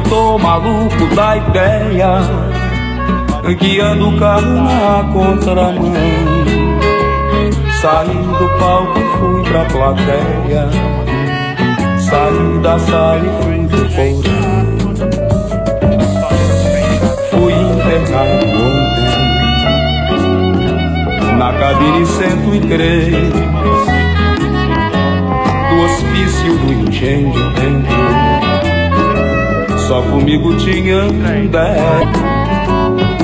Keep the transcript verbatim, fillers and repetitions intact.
tô maluco da ideia, guiando o carro na contramão. Saí do palco, fui pra plateia, saí da sala e fui pro porão. Fui internado ontem na cabine cento e três do hospício do Engenho dentro. Só comigo tinha dez.